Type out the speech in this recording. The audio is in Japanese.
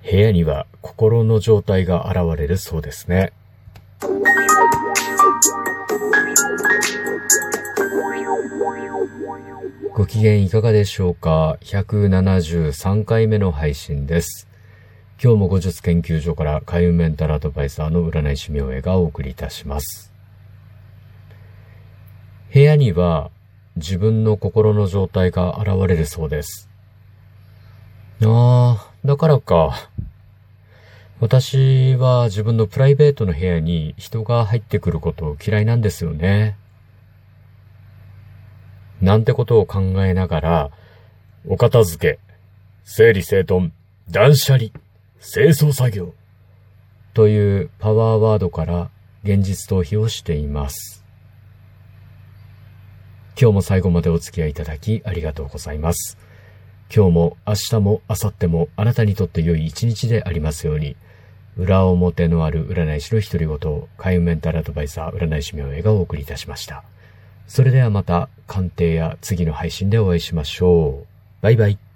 部屋には心の状態が現れるそうですね。ご機嫌いかがでしょうか。173回目の配信です。今日も五術研究所から開運メンタルアドバイザーの占い師明恵がお送りいたします。部屋には自分の心の状態が現れるそうです。だからか。私は自分のプライベートの部屋に人が入ってくること嫌いなんですよね。なんてことを考えながら、お片付け、整理整頓、断捨離、清掃作業というパワーワードから現実逃避をしています。今日も最後までお付き合いいただきありがとうございます。今日も明日も明後日もあなたにとって良い一日でありますように。裏表のある占い師の独り言、開運メンタルアドバイザー占い師明恵がお送りいたしました。それではまた鑑定や次の配信でお会いしましょう。バイバイ。